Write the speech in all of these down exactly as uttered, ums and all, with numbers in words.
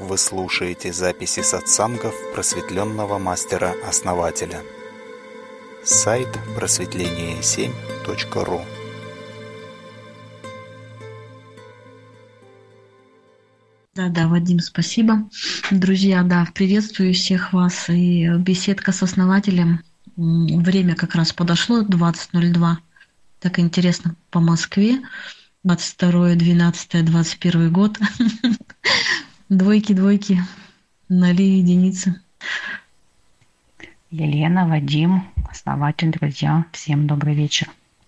Вы слушаете записи сатсангов просветленного мастера-основателя. Сайт просветление семь точка ру. Да-да, Вадим, спасибо. Друзья, да, приветствую всех вас. И беседка с основателем. Время как раз подошло, двадцать ноль два. Так интересно, по Москве. двадцать второе двенадцатое двадцать первый год. Двойки, двойки, ноли, единицы. Елена, Вадим, основатель, друзья, всем добрый вечер.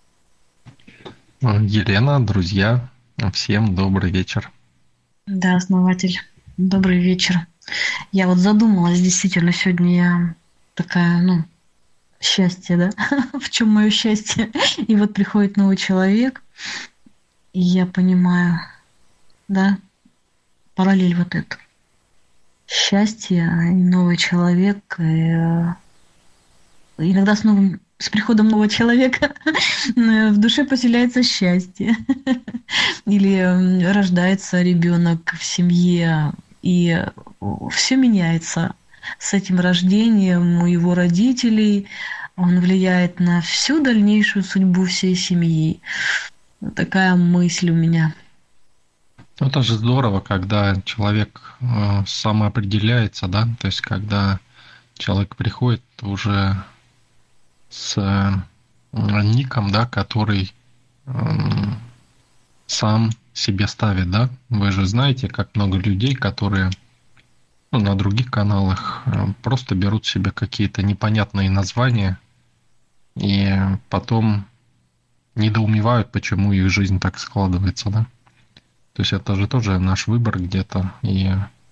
Елена, друзья, всем добрый вечер. Да, основатель, добрый вечер. Я вот задумалась, действительно, сегодня я такая, ну, счастье, да? В чем мое счастье? И вот приходит новый человек, и я понимаю, да, параллель вот эту. Счастье, новый человек, и иногда с новым, с приходом нового человека в душе поселяется счастье. Или рождается ребенок в семье, и все меняется с этим рождением у его родителей. Он влияет на всю дальнейшую судьбу всей семьи. Такая мысль у меня. Это же здорово, когда человек э, самоопределяется, да, то есть когда человек приходит уже с э, ником, да, который э, сам себе ставит, да. Вы же знаете, как много людей, которые ну, на других каналах э, просто берут себе какие-то непонятные названия и потом недоумевают, почему их жизнь так складывается, да. То есть это же тоже наш выбор где-то, и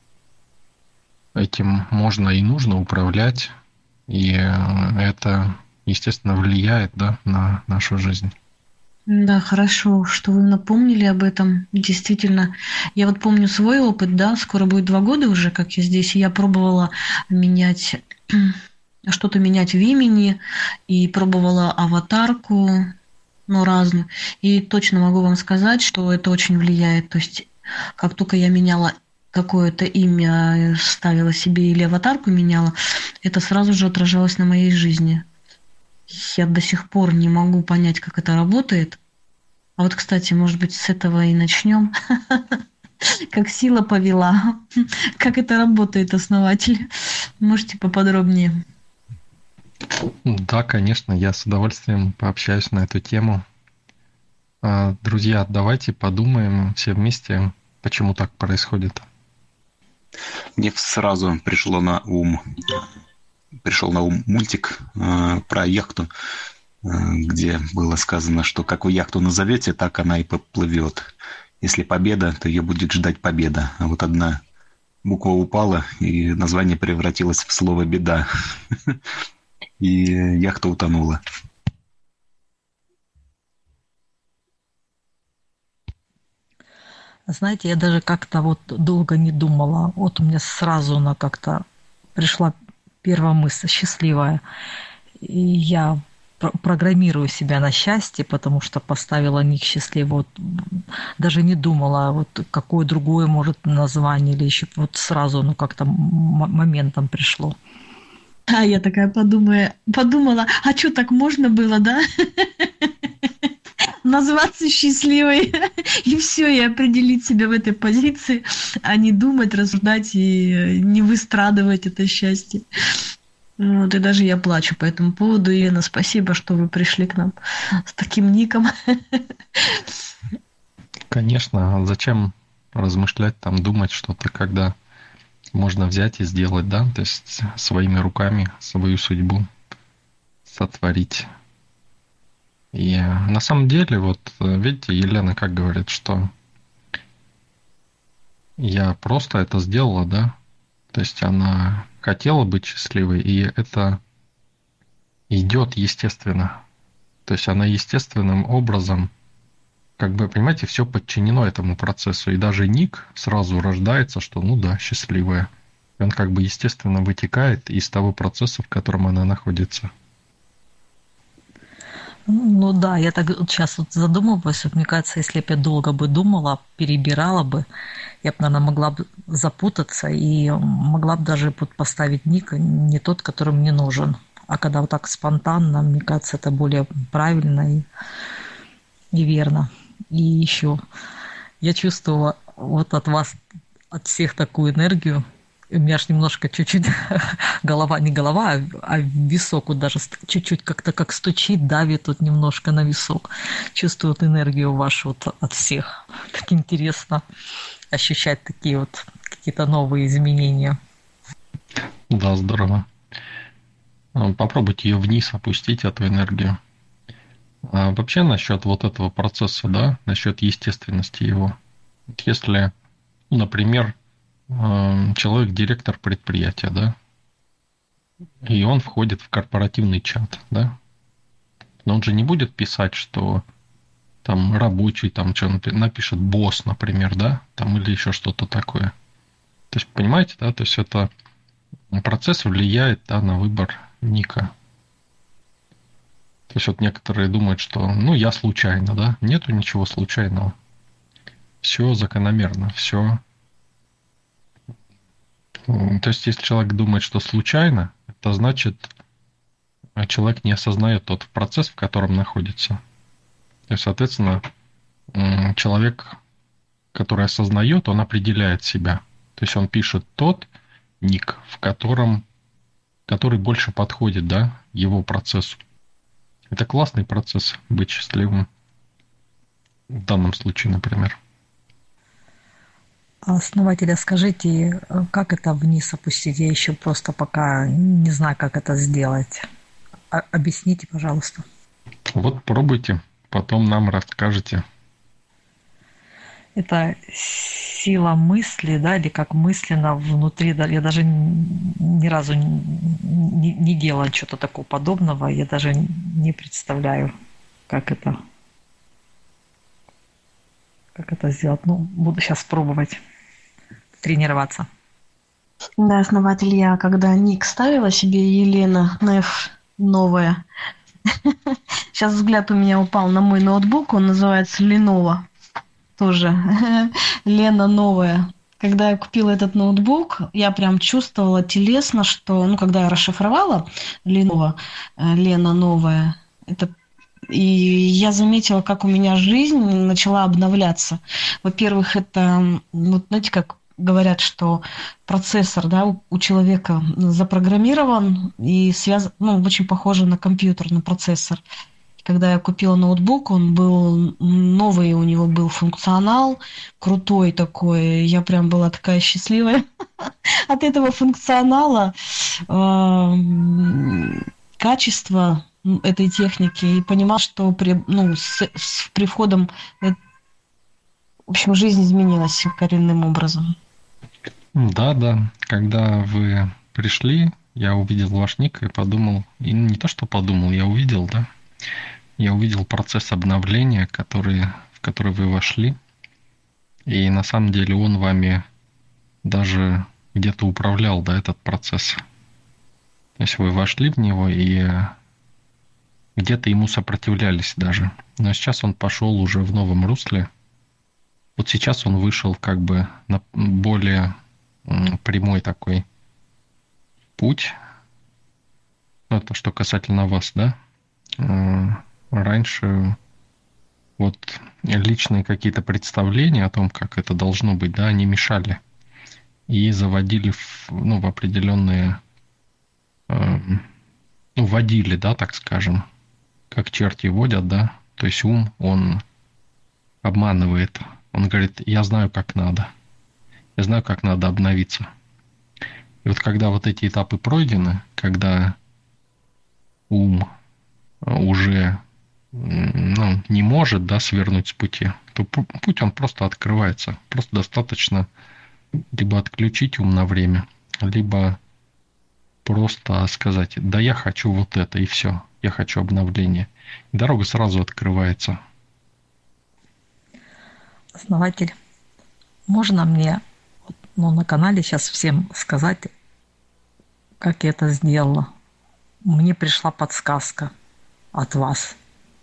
этим можно и нужно управлять, и это, естественно, влияет, да, на нашу жизнь. Да, хорошо, что вы напомнили об этом. Действительно, я вот помню свой опыт, да, скоро будет два года уже, как я здесь, и я пробовала менять, что-то менять в имени, и пробовала аватарку, ну, разную. И точно могу вам сказать, что это очень влияет. То есть, как только я меняла какое-то имя, ставила себе или аватарку меняла, это сразу же отражалось на моей жизни. Я до сих пор не могу понять, как это работает. А вот, кстати, может быть, с этого и начнем. Как сила повела. Как это работает, основатель? Можете поподробнее? Да, конечно, я с удовольствием пообщаюсь на эту тему. Друзья, давайте подумаем все вместе, почему так происходит. Мне сразу пришло на ум, пришел на ум мультик э, про яхту, э, где было сказано, что как вы яхту назовете, так она и поплывет. Если победа, то ее будет ждать победа. А вот одна буква упала, и название превратилось в слово «беда». И яхта утонула. Знаете, я даже как-то вот долго не думала. Вот у меня сразу она как-то пришла первая мысль, счастливая. И я про- программирую себя на счастье, потому что поставила ник счастливый. Вот даже не думала, вот какое другое может название или еще вот сразу, ну как-то м- моментом пришло. А я такая подумаю, подумала, а что, так можно было, да? Назваться счастливой и все, и определить себя в этой позиции, а не думать, рассуждать и не выстрадывать это счастье. Вот, и даже я плачу по этому поводу. Елена, спасибо, что вы пришли к нам с таким ником. Конечно, зачем размышлять, там, думать что-то, когда можно взять и сделать, да, то есть своими руками свою судьбу сотворить. И на самом деле, вот видите, Елена как говорит, что я просто это сделала, да, то есть она хотела быть счастливой, и это идет естественно. То есть она естественным образом, как бы, понимаете, все подчинено этому процессу. И даже ник сразу рождается, что ну да, счастливая. И он как бы естественно вытекает из того процесса, в котором она находится. Ну да, я так вот сейчас вот задумываюсь, вот мне кажется, если бы я долго бы думала, перебирала бы, я бы, наверное, могла бы запутаться и могла бы даже вот поставить ник не тот, который мне нужен. А когда вот так спонтанно, мне кажется, это более правильно и, и верно. И еще я чувствовала вот от вас, от всех такую энергию. У меня аж немножко чуть-чуть голова, не голова, а, а висок вот даже чуть-чуть как-то как стучит, давит тут немножко на висок. Чувствую вот энергию вашу вот от всех. Так интересно ощущать такие вот какие-то новые изменения. Да, здорово. Попробуйте ее вниз опустить, эту энергию. А вообще насчет вот этого процесса, да, насчет естественности его. Если, например, человек директор предприятия, да, и он входит в корпоративный чат, да, но он же не будет писать, что там рабочий, там что напишет босс, например, да, там или еще что-то такое. То есть, понимаете, да, то есть это процесс влияет, да, на выбор ника. То есть вот некоторые думают, что, ну, я случайно, да, нету ничего случайного. Все закономерно, все. То есть, если человек думает, что случайно, это значит, человек не осознает тот процесс, в котором находится. То есть, соответственно, человек, который осознает, он определяет себя. То есть, он пишет тот ник, в котором, который больше подходит, да, его процессу. Это классный процесс быть счастливым. В данном случае, например. Основателя, скажите, как это вниз опустить? Я еще просто пока не знаю, как это сделать. Объясните, пожалуйста. Вот пробуйте, потом нам расскажете. Это сила мысли, да, или как мысленно внутри. Да, я даже ни разу не, не делала чего-то такого подобного. Я даже не представляю, как это, как это сделать. Ну, буду сейчас пробовать тренироваться. Да, основатель, я когда ник ставила себе Елена Неф новая, сейчас взгляд у меня упал на мой ноутбук, он называется Lenovo, тоже Лена новая. Когда я купила этот ноутбук, я прям чувствовала телесно, что, ну, когда я расшифровала Lenovo, Лена новая, это и я заметила, как у меня жизнь начала обновляться. Во-первых, это, ну, знаете, как говорят, что процессор, да, у, у человека запрограммирован и связан, ну, очень похоже на компьютер, на процессор. Когда я купила ноутбук, он был новый, у него был функционал, крутой такой. Я прям была такая счастливая от этого функционала. Качество этой техники и понимал, что при, ну, с, с приходом, в общем, жизнь изменилась коренным образом. Да, да. Когда вы пришли, я увидел ваш ник и подумал, и не то, что подумал, я увидел, да, я увидел процесс обновления, который, в который вы вошли, и на самом деле он вами даже где-то управлял, да, этот процесс. То есть вы вошли в него и где-то ему сопротивлялись даже. Но сейчас он пошел уже в новом русле. Вот сейчас он вышел как бы на более прямой такой путь. Это что касательно вас, да? Раньше вот личные какие-то представления о том, как это должно быть, да, они мешали и заводили в, ну, в определенные, ну, вводили, да, так скажем, как черти водят, да, то есть ум, он обманывает, он говорит, я знаю, как надо, я знаю, как надо обновиться. И вот когда вот эти этапы пройдены, когда ум уже, ну, не может, да, свернуть с пути, то путь он просто открывается. Просто достаточно либо отключить ум на время, либо просто сказать, да я хочу вот это, и все, я хочу обновление. И дорога сразу открывается. Основатель, можно мне, ну, на канале сейчас всем сказать, как я это сделала? Мне пришла подсказка от вас.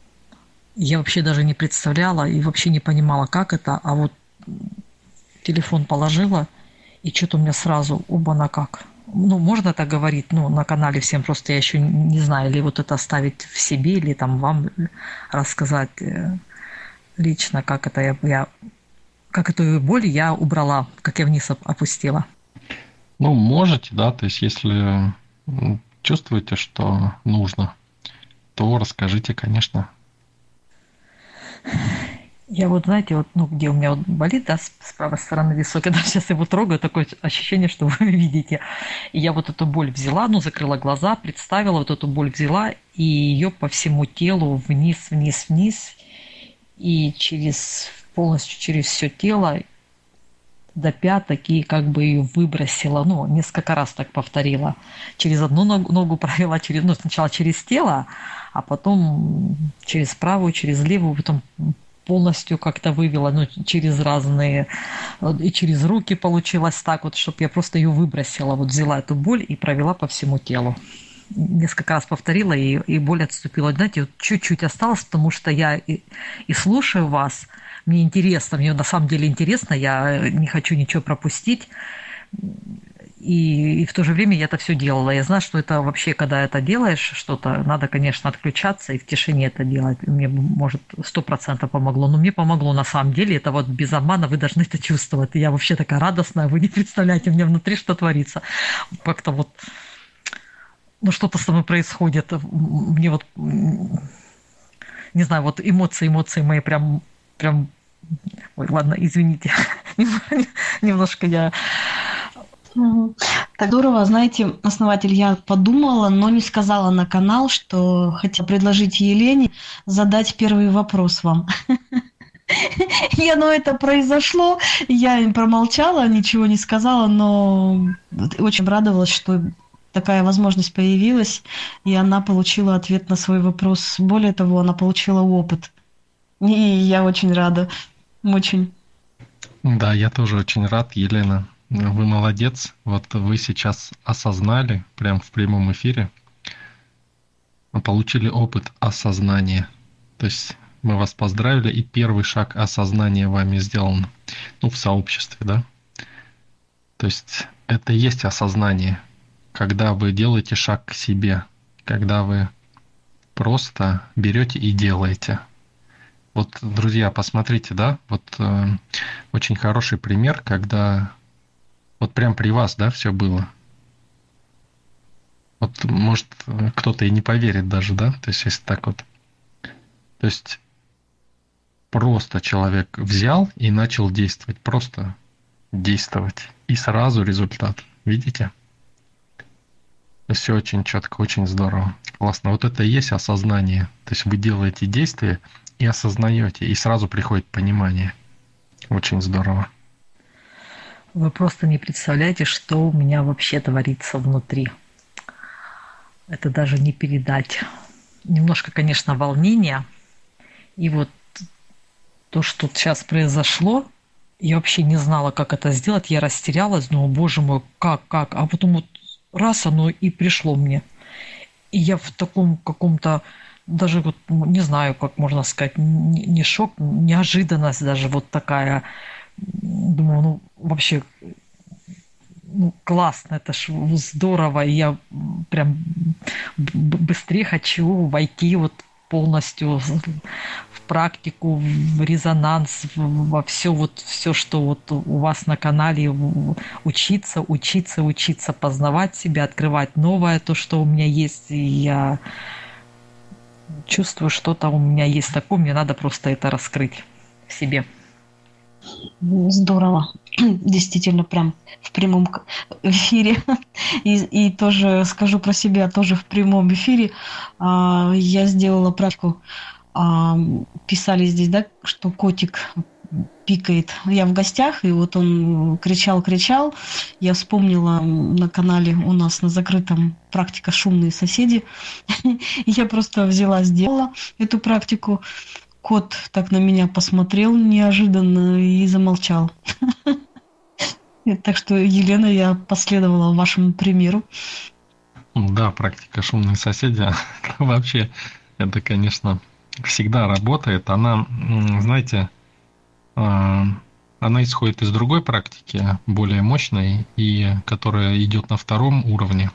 Я вообще даже не представляла и вообще не понимала, как это. А вот телефон положила, и что-то у меня сразу оба-на как. Ну, можно так говорить, ну, на канале всем, просто я еще не знаю, или вот это оставить в себе, или там вам рассказать лично, как это я, я как эту боль я убрала, как я вниз опустила. Ну, можете, да, то есть если чувствуете, что нужно, то расскажите, конечно. Я вот, знаете, вот, ну, где у меня вот болит, да, с, с правой стороны висок, я даже сейчас его трогаю, такое ощущение, что вы видите. И я вот эту боль взяла, ну, закрыла глаза, представила, вот эту боль взяла, и ее по всему телу вниз, вниз, вниз, и через, полностью через все тело до пяток, и как бы ее выбросила, ну, несколько раз так повторила. Через одну ногу, ногу провела, через, ну, сначала через тело, а потом через правую, через левую, потом полностью как-то вывела, ну, через разные, и через руки получилось так вот, чтобы я просто ее выбросила, вот взяла эту боль и провела по всему телу. Несколько раз повторила, и, и боль отступила. Знаете, вот чуть-чуть осталось, потому что я и, и слушаю вас, мне интересно, мне на самом деле интересно, я не хочу ничего пропустить, и, и в то же время я это все делала. Я знаю, что это вообще, когда это делаешь, что-то, надо, конечно, отключаться и в тишине это делать. Мне, может, сто процентов помогло. Но мне помогло на самом деле. Это вот без обмана, вы должны это чувствовать. И я вообще такая радостная, вы не представляете, мне внутри что творится. Как-то вот, ну, что-то со мной происходит. Мне вот, не знаю, вот эмоции, эмоции мои прям, прям... Ой, ладно, извините. Немножко я... Так здорово, знаете, основатель, я подумала, но не сказала на канал, что хотела предложить Елене задать первый вопрос вам. И оно это произошло, я промолчала, ничего не сказала, но очень радовалась, что такая возможность появилась, и она получила ответ на свой вопрос. Более того, она получила опыт. И я очень рада, очень. Да, я тоже очень рад, Елена. Вы молодец. Вот вы сейчас осознали, прям в прямом эфире, получили опыт осознания. То есть мы вас поздравили, и первый шаг осознания вами сделан, ну, в сообществе, да? То есть это и есть осознание, когда вы делаете шаг к себе, когда вы просто берете и делаете. Вот, друзья, посмотрите, да, вот э, очень хороший пример, когда вот прям при вас, да, все было. Вот, может, кто-то и не поверит даже, да, то есть если так вот. То есть просто человек взял и начал действовать, просто действовать. И сразу результат, видите? Все очень четко, очень здорово. Классно. Вот это и есть осознание. То есть вы делаете действие и осознаете, и сразу приходит понимание. Очень здорово. Вы просто не представляете, что у меня вообще творится внутри. Это даже не передать. Немножко, конечно, волнения. И вот то, что сейчас произошло, я вообще не знала, как это сделать. Я растерялась, думала, боже мой, как, как? А потом вот раз оно и пришло мне. И я в таком каком-то, даже вот не знаю, как можно сказать, не шок, неожиданность даже вот такая. Думаю, ну вообще, ну, классно, это ж здорово, и я прям быстрее хочу войти вот полностью в практику, в резонанс, во все вот все, что вот у вас на канале, учиться, учиться, учиться, познавать себя, открывать новое, то, что у меня есть, и я чувствую, что-то у меня есть такое, мне надо просто это раскрыть в себе. Здорово. Действительно, прям в прямом эфире. И, и тоже скажу про себя, тоже в прямом эфире. А, я сделала практику. А, писали здесь, да, что котик пикает. Я в гостях, и вот он кричал-кричал. Я вспомнила на канале у нас на закрытом практика «Шумные соседи». Я просто взяла, сделала эту практику. Кот так на меня посмотрел неожиданно и замолчал. Так что, Елена, я последовала вашему примеру. Да, практика «Шумные соседи». Вообще, это, конечно, всегда работает. Она, знаете, она исходит из другой практики, более мощной, и которая идет на втором уровне.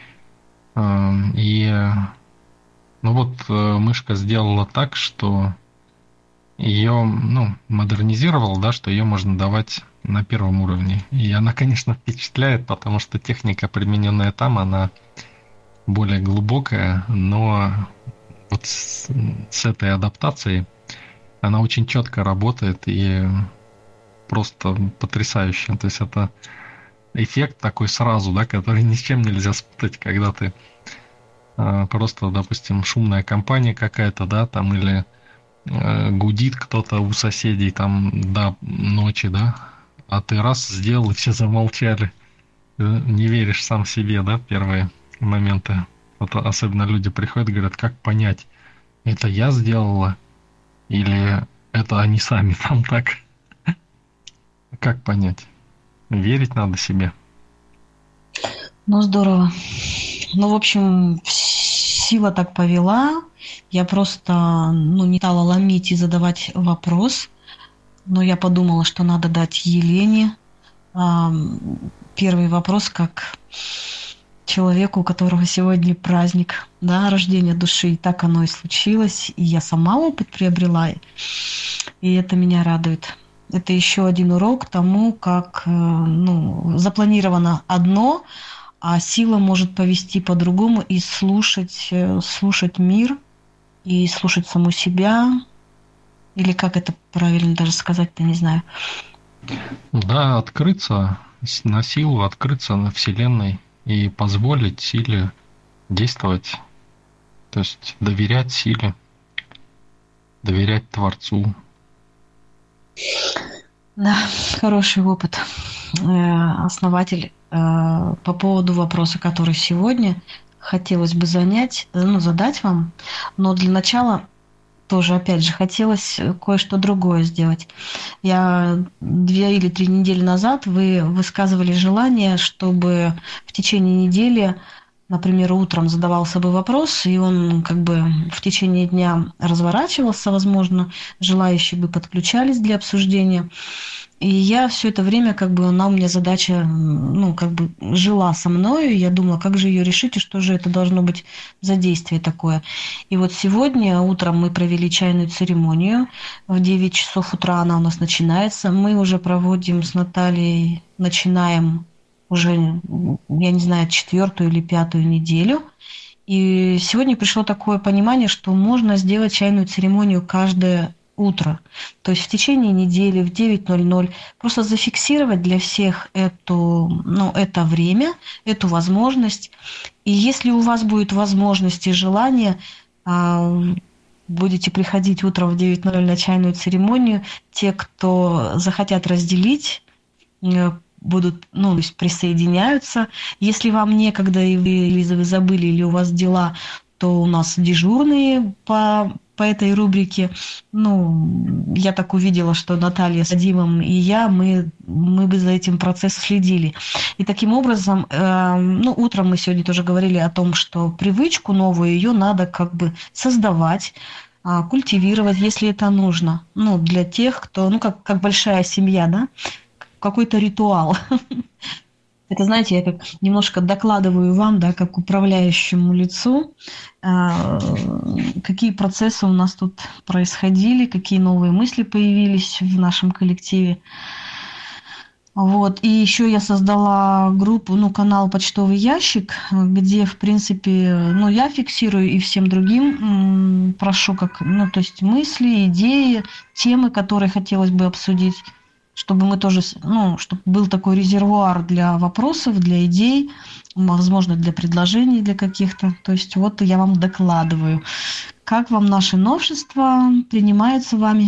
И ну вот мышка сделала так, что ее, ну, модернизировала, да, что ее можно давать на первом уровне. И она, конечно, впечатляет, потому что техника, примененная там, она более глубокая, но вот с, с этой адаптацией она очень четко работает и просто потрясающе. То есть это эффект такой сразу, да, который ни с чем нельзя спутать, когда ты э, просто, допустим, шумная компания какая-то, да, там или э, гудит кто-то у соседей там до ночи, да, а ты раз сделал, и все замолчали. Ты не веришь сам себе, да, первые моменты. Вот особенно люди приходят и говорят, как понять, это я сделала или это они сами там так? Как понять? Верить надо себе. Ну, здорово. Ну, в общем, сила так повела. Я просто, ну, не стала ломить и задавать вопрос. Но я подумала, что надо дать Елене первый вопрос, как человеку, у которого сегодня праздник, да, рождения души. И так оно и случилось. И я сама опыт приобрела. И это меня радует. Это еще один урок тому, как, ну, запланировано одно, а сила может повести по-другому и слушать, слушать мир, и слушать саму себя. Или как это правильно даже сказать-то, не знаю. Да, открыться на силу, открыться на Вселенной и позволить силе действовать. То есть доверять силе, доверять Творцу. Да, хороший опыт. Основатель, по поводу вопроса, который сегодня хотелось бы занять, ну, задать вам, но для начала тоже, опять же, хотелось кое-что другое сделать. Я две или три недели назад вы высказывали желание, чтобы в течение недели, например, утром задавался бы вопрос, и он как бы в течение дня разворачивался, возможно, желающие бы подключались для обсуждения. И я все это время, как бы, она у меня задача, ну, как бы жила со мной, я думала, как же ее решить, и что же это должно быть за действие такое. И вот сегодня утром мы провели чайную церемонию, в девять часов утра она у нас начинается, мы уже проводим с Натальей, начинаем уже, я не знаю, четвертую или пятую неделю. И сегодня пришло такое понимание, что можно сделать чайную церемонию каждое утро. То есть в течение недели в девять ноль ноль просто зафиксировать для всех эту, ну, это время, эту возможность. И если у вас будет возможность и желание, будете приходить утром в девять ноль ноль на чайную церемонию, те, кто захотят разделить, будут, ну, то есть присоединяются. Если вам некогда, и вы, или вы забыли, или у вас дела, то у нас дежурные по, по этой рубрике. Ну, я так увидела, что Наталья с Димом и я, мы, мы бы за этим процессом следили. И таким образом, э, ну, утром мы сегодня тоже говорили о том, что привычку новую, ее надо как бы создавать, э, культивировать, если это нужно. Ну, для тех, кто, ну, как, как большая семья, да, какой-то ритуал. Это, знаете, я как немножко докладываю вам, да, как управляющему лицу, какие процессы у нас тут происходили, какие новые мысли появились в нашем коллективе. Вот. И еще я создала группу, ну, канал «Почтовый ящик», где, в принципе, ну, я фиксирую и всем другим прошу, как, ну, то есть мысли, идеи, темы, которые хотелось бы обсудить, чтобы мы тоже, ну, чтобы был такой резервуар для вопросов, для идей, возможно, для предложений, для каких-то. То есть вот я вам докладываю, как вам наши новшества принимаются вами.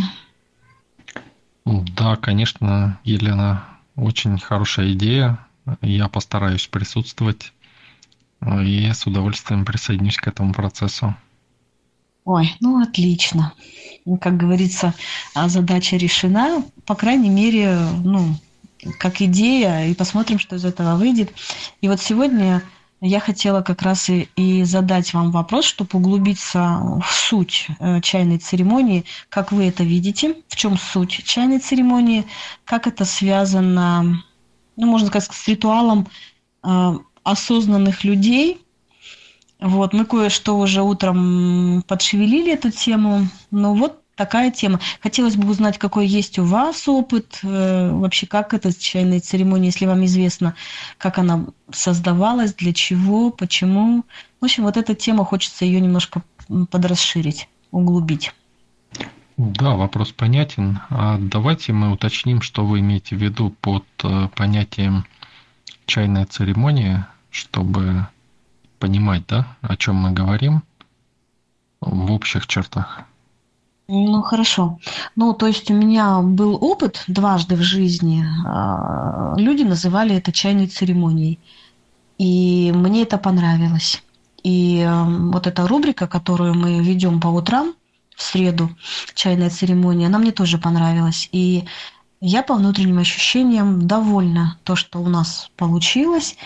Да, конечно, Елена, очень хорошая идея. Я постараюсь присутствовать и с удовольствием присоединюсь к этому процессу. Ой, ну отлично. Как говорится, задача решена, по крайней мере, ну, как идея, и посмотрим, что из этого выйдет. И вот сегодня я хотела как раз и, и задать вам вопрос, чтобы углубиться в суть э, чайной церемонии. Как вы это видите? В чем суть чайной церемонии? Как это связано, ну, можно сказать, с ритуалом э, осознанных людей? Вот, мы кое-что уже утром подшевелили эту тему, но вот такая тема. Хотелось бы узнать, какой есть у вас опыт, э, вообще как эта чайная церемония, если вам известно, как она создавалась, для чего, почему. В общем, вот эта тема, хочется ее немножко подрасширить, углубить. Да, вопрос понятен. А давайте мы уточним, что вы имеете в виду под понятием чайная церемония, чтобы понимать, да, о чем мы говорим в общих чертах. Ну, хорошо. Ну, то есть у меня был опыт дважды в жизни. Люди называли это чайной церемонией. И мне это понравилось. И вот эта рубрика, которую мы ведем по утрам, в среду, чайная церемония, она мне тоже понравилась. И я по внутренним ощущениям довольна то, что у нас получилось.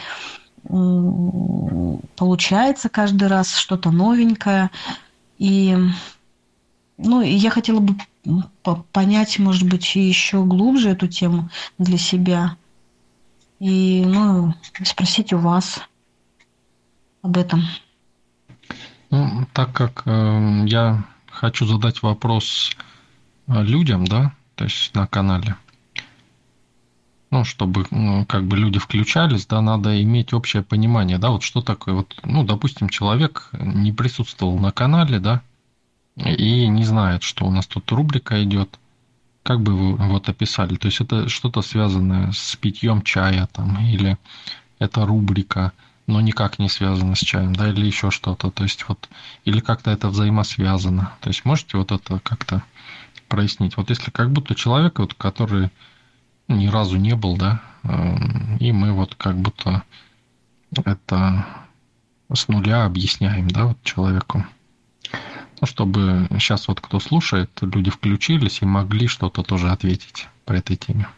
Получается каждый раз что-то новенькое. И... Ну, и я хотела бы понять, может быть, еще глубже эту тему для себя. И, ну, спросить у вас об этом. Ну, так как э, я хочу задать вопрос людям, да, то есть на канале, ну, чтобы ну, как бы люди включались, да, надо иметь общее понимание, да, вот что такое, вот, ну, допустим, человек не присутствовал на канале, да, и не знает, что у нас тут рубрика идет. Как бы вы вот описали? То есть это что-то связанное с питьем чая там, или это рубрика, но никак не связано с чаем, да, или еще что-то. То есть вот, или как-то это взаимосвязано. То есть можете вот это как-то прояснить? Вот если как будто человек, вот, который ни разу не был, да, и мы вот как будто это с нуля объясняем, да, вот человеку. Ну, чтобы сейчас вот кто слушает, люди включились и могли что-то тоже ответить по этой теме.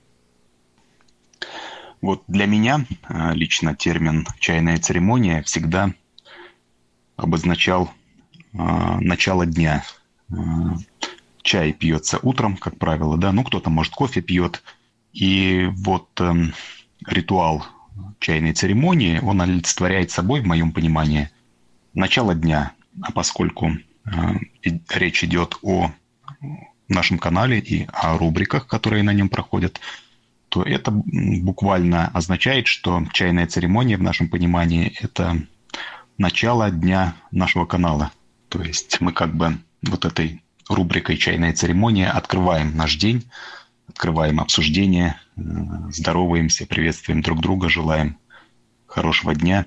Вот для меня лично термин «чайная церемония» всегда обозначал э, начало дня. Э, чай пьется утром, как правило, да, ну кто-то, может, кофе пьет. И вот э, ритуал чайной церемонии, он олицетворяет собой, в моем понимании, начало дня. А поскольку речь идет о нашем канале и о рубриках, которые на нем проходят, то это буквально означает, что чайная церемония в нашем понимании – это начало дня нашего канала. То есть мы как бы вот этой рубрикой «Чайная церемония» открываем наш день, открываем обсуждение, здороваемся, приветствуем друг друга, желаем хорошего дня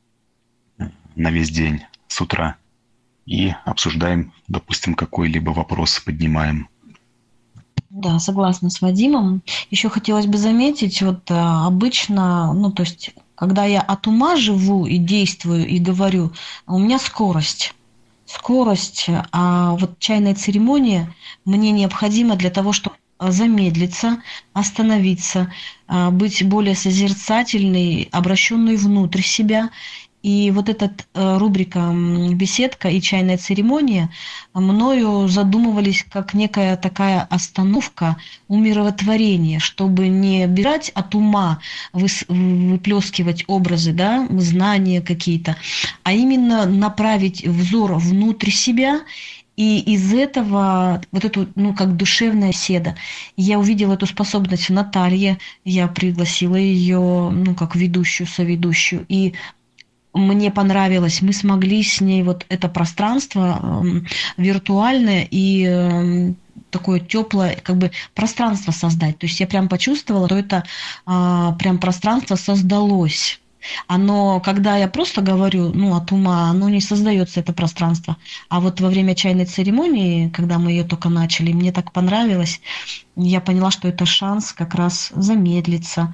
на весь день с утра. И обсуждаем, допустим, какой-либо вопрос поднимаем. Да, согласна с Вадимом. Еще хотелось бы заметить, вот обычно, ну, то есть, когда я от ума живу и действую, и говорю, у меня скорость. Скорость, а вот чайная церемония мне необходима для того, чтобы замедлиться, остановиться, быть более созерцательной, обращенной внутрь себя. И вот эта рубрика «Беседка» и «Чайная церемония» мною задумывались как некая такая остановка, умиротворение, чтобы не бежать от ума, выплескивать образы, да, знания какие-то, а именно направить взор внутрь себя. И из этого вот эту, ну, как душевная седа. Я увидела эту способность в Наталье, я пригласила ее, ну, как ведущую, соведущую, и мне понравилось, мы смогли с ней вот это пространство э, виртуальное и э, такое теплое, как бы пространство создать. То есть я прям почувствовала, что это э, прям пространство создалось. Оно, когда я просто говорю, ну, от ума, оно не создается, это пространство. А вот во время чайной церемонии, когда мы ее только начали, мне так понравилось, я поняла, что это шанс как раз замедлиться,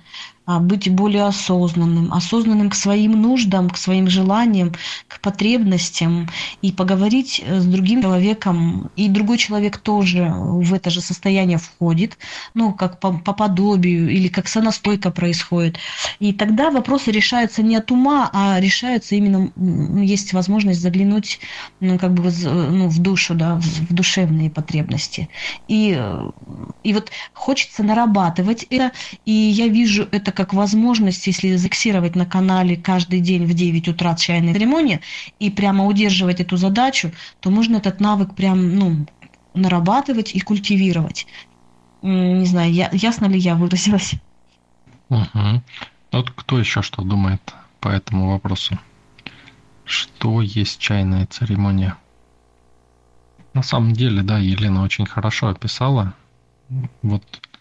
а, быть более осознанным, осознанным к своим нуждам, к своим желаниям, к потребностям, и поговорить с другим человеком, и другой человек тоже в это же состояние входит, ну, как по, по подобию, или как сонастойка происходит. И тогда вопросы решаются не от ума, а решаются именно, есть возможность заглянуть, ну, как бы, ну, в душу, да, в душевные потребности. И, и вот хочется нарабатывать это, и я вижу это как возможность, если зафиксировать на канале каждый день в девять утра чайная церемония и прямо удерживать эту задачу, то можно этот навык прям, ну, нарабатывать и культивировать. Не знаю, я, ясно ли я выразилась? Угу. Вот кто еще что думает по этому вопросу? Что есть чайная церемония? На самом деле, да, Елена очень хорошо описала. Вот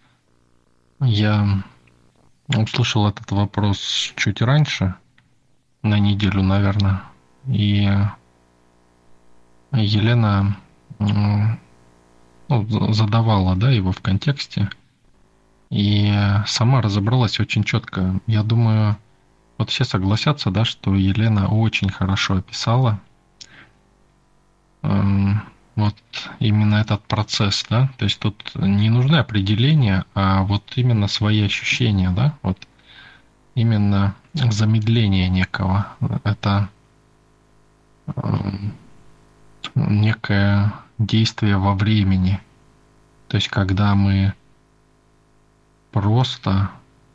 я услышал этот вопрос чуть раньше, на неделю, наверное, и Елена, ну, задавала, да, его в контексте, и сама разобралась очень четко. Я думаю, вот все согласятся, да, что Елена очень хорошо описала вот именно этот процесс, да, то есть тут не нужны определения, а вот именно свои ощущения, да, вот именно замедление некого, это некое действие во времени, то есть когда мы просто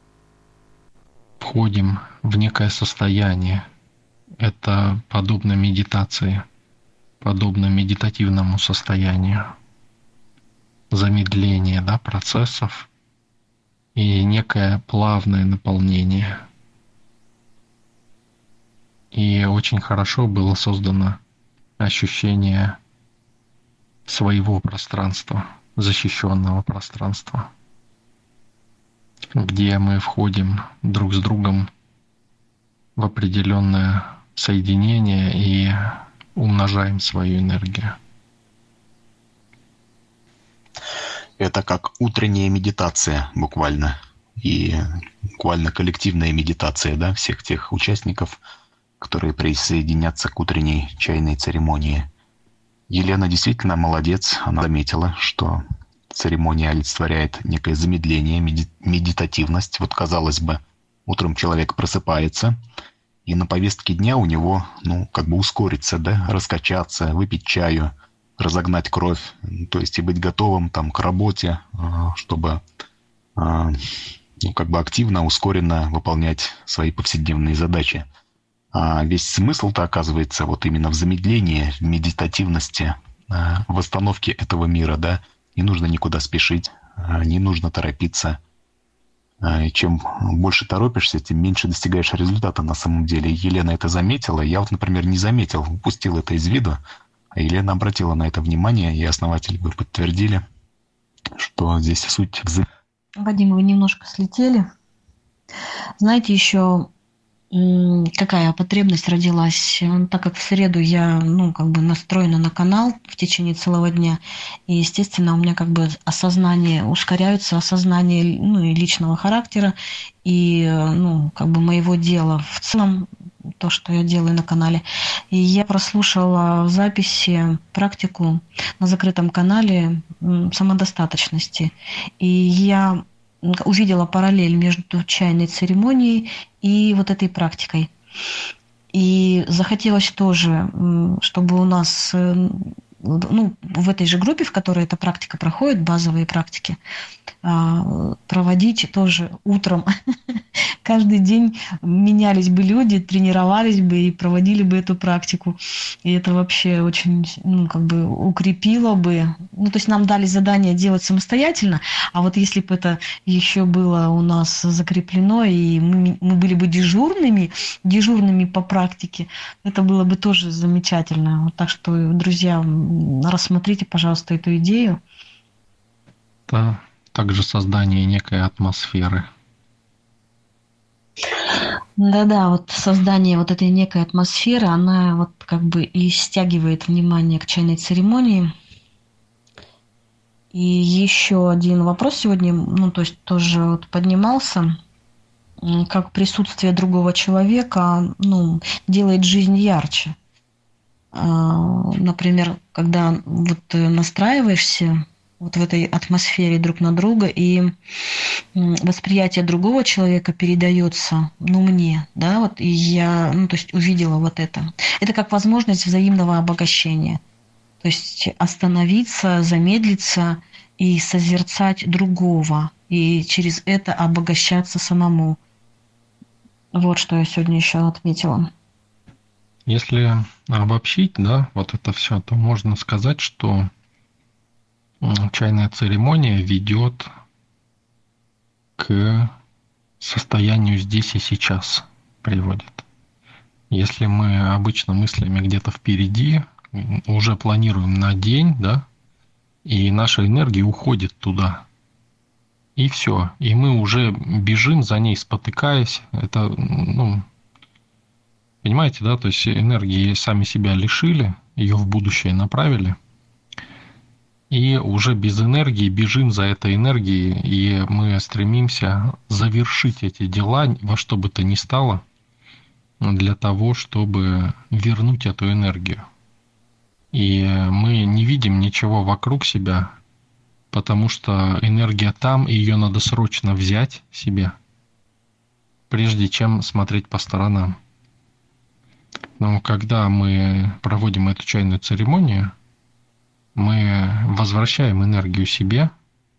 входим в некое состояние, это подобно медитации, подобно медитативному состоянию, замедление, да, процессов и некое плавное наполнение. И очень хорошо было создано ощущение своего пространства, защищенного пространства, где мы входим друг с другом в определенное соединение и умножаем свою энергию. Это как утренняя медитация буквально. И буквально коллективная медитация, да, всех тех участников, которые присоединятся к утренней чайной церемонии. Елена действительно молодец. Она заметила, что церемония олицетворяет некое замедление, медитативность. Вот, казалось бы, утром человек просыпается, и на повестке дня у него, ну, как бы ускориться, да, раскачаться, выпить чаю, разогнать кровь, то есть и быть готовым там к работе, чтобы, ну, как бы активно, ускоренно выполнять свои повседневные задачи. А весь смысл-то оказывается вот именно в замедлении, в медитативности, в восстановке этого мира, да. Не нужно никуда спешить, не нужно торопиться. И чем больше торопишься, тем меньше достигаешь результата на самом деле. Елена это заметила. Я вот, например, не заметил, упустил это из виду. А Елена обратила на это внимание, и основатели бы подтвердили, что здесь суть... Вадим, вы немножко слетели. Знаете, еще какая потребность родилась? Так как в среду я, ну, как бы настроена на канал в течение целого дня, и, естественно, у меня как бы осознание, ускоряются осознание, ну, и личного характера, и, ну, как бы моего дела в целом, то, что я делаю на канале. И я прослушала в записи практику на закрытом канале самодостаточности. И я увидела параллель между чайной церемонией и вот этой практикой. И захотелось тоже, чтобы у нас, ну, в этой же группе, в которой эта практика проходит, базовые практики, проводить тоже утром. Каждый день менялись бы люди, тренировались бы и проводили бы эту практику. И это вообще очень, ну, как бы укрепило бы. Ну, то есть нам дали задание делать самостоятельно, а вот если бы это еще было у нас закреплено, и мы, мы были бы дежурными, дежурными по практике, это было бы тоже замечательно. Вот так что, друзья, рассмотрите, пожалуйста, эту идею. Да, также создание некой атмосферы. Да-да, вот создание вот этой некой атмосферы, она вот как бы и стягивает внимание к чайной церемонии. И еще один вопрос сегодня, ну, то есть тоже вот поднимался. как присутствие другого человека, ну, делает жизнь ярче. Например, когда вот настраиваешься вот в этой атмосфере друг на друга, и восприятие другого человека передается, ну, мне, да, вот, и я, ну, то есть увидела вот это. Это как возможность взаимного обогащения. То есть остановиться, замедлиться и созерцать другого, и через это обогащаться самому. Вот что я сегодня еще отметила. Если обобщить, да, вот это все, то можно сказать, что чайная церемония ведет к состоянию здесь и сейчас, приводит. Если мы обычно мыслями где-то впереди, уже планируем на день, да, и наша энергия уходит туда. И все. И мы уже бежим за ней, спотыкаясь. Это, ну, понимаете, да, то есть энергии сами себя лишили, ее в будущее направили. И уже без энергии бежим за этой энергией, и мы стремимся завершить эти дела во что бы то ни стало для того, чтобы вернуть эту энергию. И мы не видим ничего вокруг себя, потому что энергия там, и ее надо срочно взять себе, прежде чем смотреть по сторонам. Но когда мы проводим эту чайную церемонию, мы возвращаем энергию себе,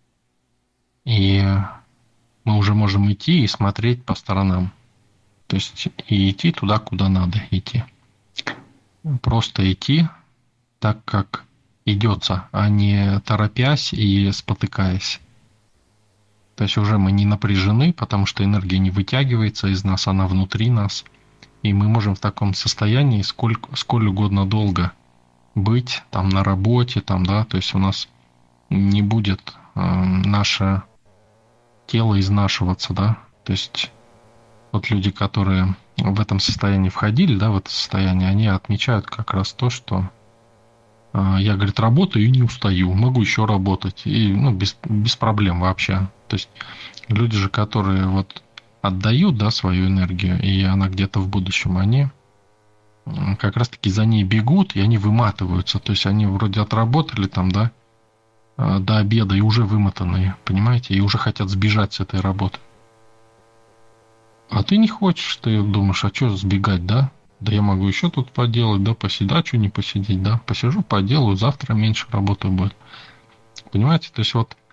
и мы уже можем идти и смотреть по сторонам. То есть и идти туда, куда надо идти. Просто идти так, как идется, а не торопясь и спотыкаясь. То есть уже мы не напряжены, потому что энергия не вытягивается из нас, она внутри нас. И мы можем в таком состоянии сколько, сколь угодно долго быть там на работе, там, да, то есть у нас не будет э, наше тело изнашиваться, да, то есть вот люди, которые в этом состоянии входили, да, в это состояние, они отмечают как раз то, что э, я, говорит, работаю и не устаю, могу еще работать, и, ну, без, без проблем вообще. То есть люди же, которые вот отдают, да, свою энергию, и она где-то в будущем, они как раз-таки за ней бегут, и они выматываются. То есть они вроде отработали там, да, до обеда и уже вымотанные, понимаете, и уже хотят сбежать с этой работы. А ты не хочешь, ты думаешь, а что сбегать, да? Да я могу еще тут поделать, да, посидеть, а что не посидеть, да? Посижу, поделаю, завтра меньше работы будет. Понимаете, то есть вот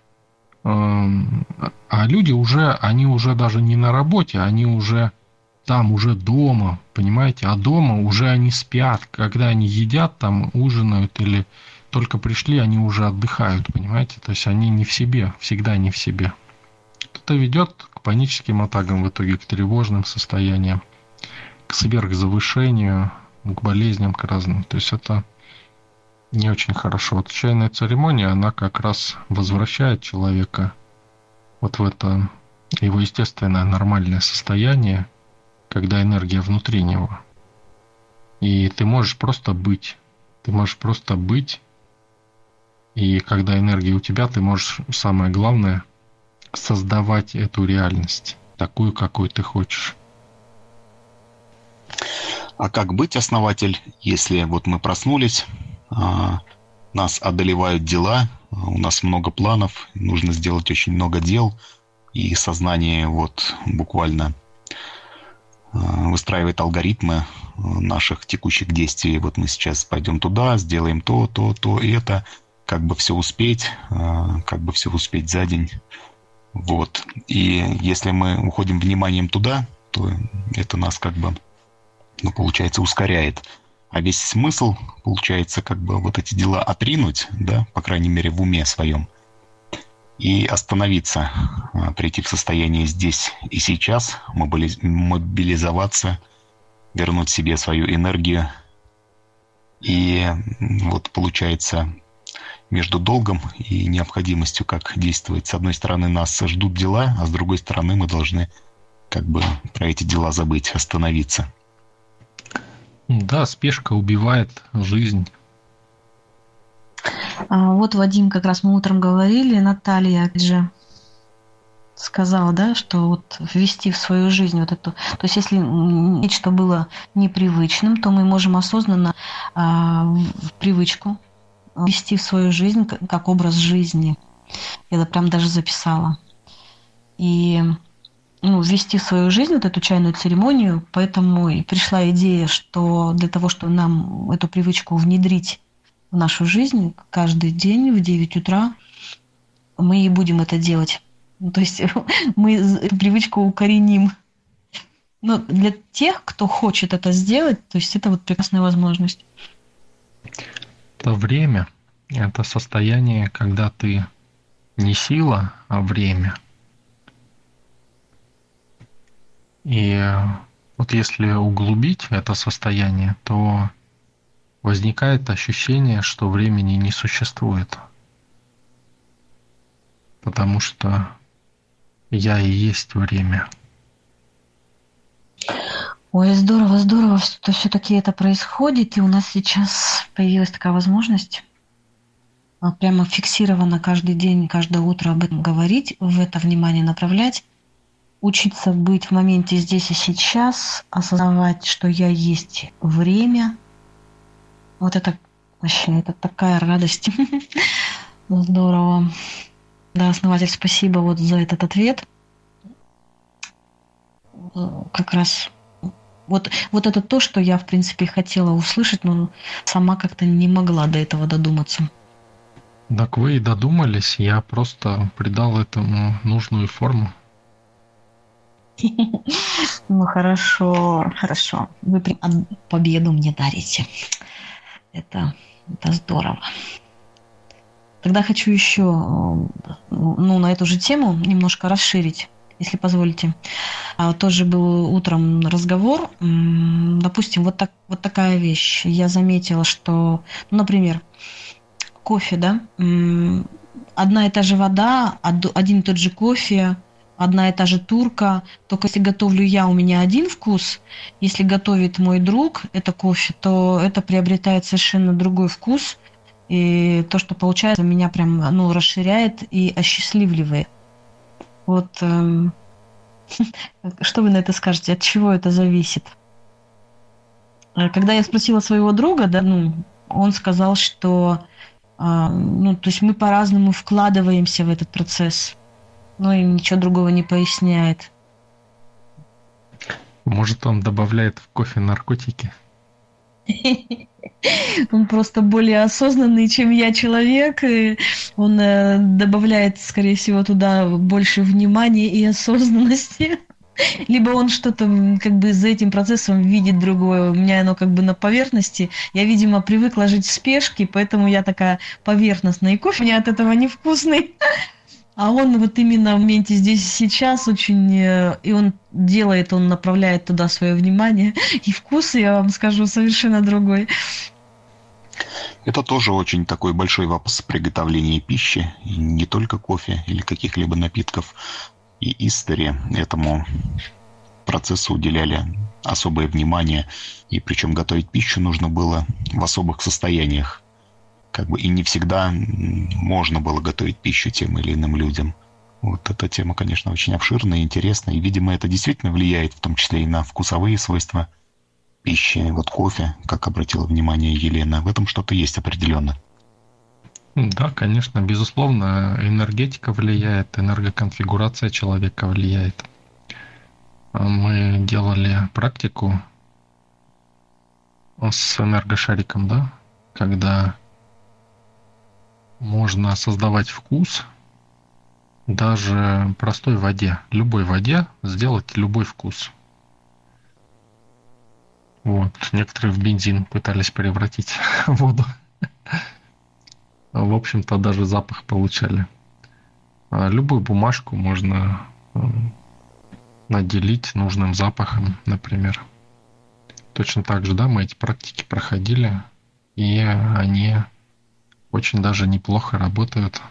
а люди уже, они уже даже не на работе, они уже там, уже дома, понимаете, а дома уже они спят, когда они едят, там ужинают или только пришли, они уже отдыхают, понимаете, то есть они не в себе, всегда не в себе. Это ведет к паническим атакам, в итоге к тревожным состояниям, к сверхзавышению, к болезням, к разным, то есть это не очень хорошо. Вот чайная церемония, она как раз возвращает человека вот в это его естественное нормальное состояние, когда энергия внутри него. И ты можешь просто быть. Ты можешь просто быть. И когда энергия у тебя, ты можешь, самое главное, создавать эту реальность, такую, какую ты хочешь. А как быть, основатель, если вот мы проснулись, нас одолевают дела, у нас много планов, нужно сделать очень много дел, и сознание вот буквально выстраивает алгоритмы наших текущих действий. Вот мы сейчас пойдем туда, сделаем то, то, то, и это, как бы все успеть, как бы все успеть за день. Вот. И если мы уходим вниманием туда, то это нас как бы, ну, получается, ускоряет. А весь смысл, получается, как бы вот эти дела отринуть, да, по крайней мере, в уме своем, и остановиться, прийти в состояние здесь и сейчас, мобилизоваться, вернуть себе свою энергию. И вот получается, между долгом и необходимостью, как действовать. С одной стороны, нас ждут дела, а с другой стороны, мы должны как бы про эти дела забыть, остановиться. Да, спешка убивает жизнь. А вот, Вадим, как раз мы утром говорили, Наталья, опять же, сказала, да, что вот ввести в свою жизнь вот эту... То есть если нечто было непривычным, то мы можем осознанно а, в привычку ввести в свою жизнь как образ жизни. Я это прям даже записала. И ну, ввести в свою жизнь вот эту чайную церемонию, поэтому и пришла идея, что для того, чтобы нам эту привычку внедрить в нашу жизнь, каждый день в девять утра мы и будем это делать. Ну, то есть мы эту привычку укореним. Но для тех, кто хочет это сделать, то есть это вот прекрасная возможность. Это время, это состояние, когда ты не сила, а время. И вот если углубить это состояние, то возникает ощущение, что времени не существует. Потому что я и есть время. Ой, здорово, здорово, что все-таки это происходит, и у нас сейчас появилась такая возможность прямо фиксированно каждый день, каждое утро об этом говорить, в это внимание направлять, учиться быть в моменте здесь и сейчас, осознавать, что я есть время. Вот это вообще, это такая радость. Здорово. Да, основатель, спасибо вот за этот ответ. Как раз вот, вот это то, что я, в принципе, хотела услышать, но сама как-то не могла до этого додуматься. Так вы и додумались, я просто придал этому нужную форму. Ну хорошо, хорошо. Вы победу мне дарите. Это, это здорово. Тогда хочу еще ну, на эту же тему немножко расширить, если позволите. Тоже был утром разговор. Допустим, вот, так, вот такая вещь. Я заметила, что, ну, например, кофе, да, одна и та же вода, один и тот же кофе, одна и та же турка, только если готовлю я, у меня один вкус, если готовит мой друг это кофе, то это приобретает совершенно другой вкус, и то, что получается, меня прям ну, расширяет и осчастливливает. Вот эм, что вы на это скажете, от чего это зависит? Когда я спросила своего друга, да, ну, он сказал, что э, ну, то есть мы по-разному вкладываемся в этот процесс. Ну и ничего другого не поясняет. Может, он добавляет в кофе наркотики? Он просто более осознанный, чем я человек. И он добавляет, скорее всего, туда больше внимания и осознанности. Либо он что-то как бы за этим процессом видит другое. У меня оно как бы на поверхности. Я, видимо, привыкла жить в спешке, поэтому я такая поверхностная. И кофе у меня от этого невкусный. А он вот именно в моменте здесь и сейчас очень... И он делает, он направляет туда свое внимание. И вкус, я вам скажу, совершенно другой. Это тоже очень такой большой вопрос приготовления пищи. И не только кофе или каких-либо напитков. И истории этому процессу уделяли особое внимание. И причем готовить пищу нужно было в особых состояниях. Как бы и не всегда можно было готовить пищу тем или иным людям. Вот эта тема, конечно, очень обширная и интересная. И, видимо, это действительно влияет в том числе и на вкусовые свойства пищи. Вот кофе, как обратила внимание Елена, в этом что-то есть определенно. Да, конечно, безусловно, энергетика влияет, энергоконфигурация человека влияет. Мы делали практику с энергошариком, да, когда можно создавать вкус даже простой воде, любой воде сделать любой вкус. Вот. Некоторые в бензин пытались превратить воду. В общем-то, даже запах получали. Любую бумажку можно наделить нужным запахом, например. Точно так же, да, мы эти практики проходили, и они очень даже неплохо работают.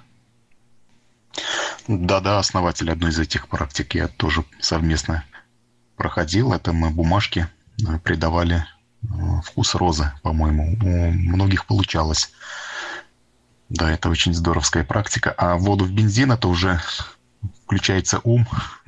Да-да, основатель одной из этих практик я тоже совместно проходил. Это мы бумажки придавали вкус розы, по-моему. У многих получалось. Да, это очень здоровская практика. А воду в бензин — это уже включается ум,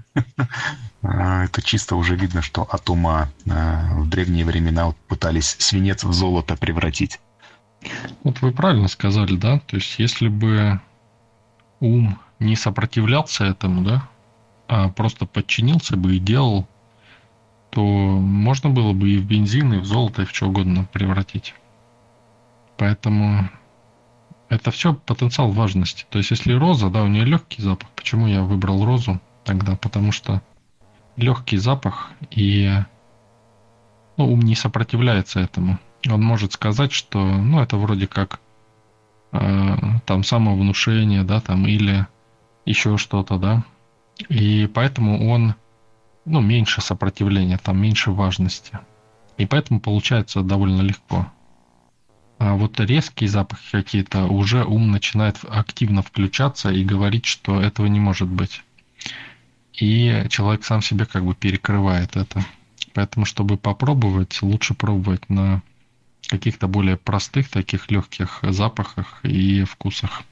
это чисто уже видно, что от ума в древние времена пытались свинец в золото превратить. Вот вы правильно сказали, да? То есть, если бы ум не сопротивлялся этому, да, а просто подчинился бы и делал, то можно было бы и в бензин, и в золото, и в что угодно превратить. Поэтому это все потенциал важности. То есть, если роза, да, у нее легкий запах. Почему я выбрал розу тогда? Потому что легкий запах, и ну, ум не сопротивляется этому. Он может сказать, что ну, это вроде как э, там самовнушение, да, там, или еще что-то, да. И поэтому он, ну, меньше сопротивления, там меньше важности. И поэтому получается довольно легко. А вот резкие запахи какие-то, уже ум начинает активно включаться и говорить, что этого не может быть. И человек сам себе как бы перекрывает это. Поэтому, чтобы попробовать, лучше пробовать на каких-то более простых, таких легких запахах и вкусах.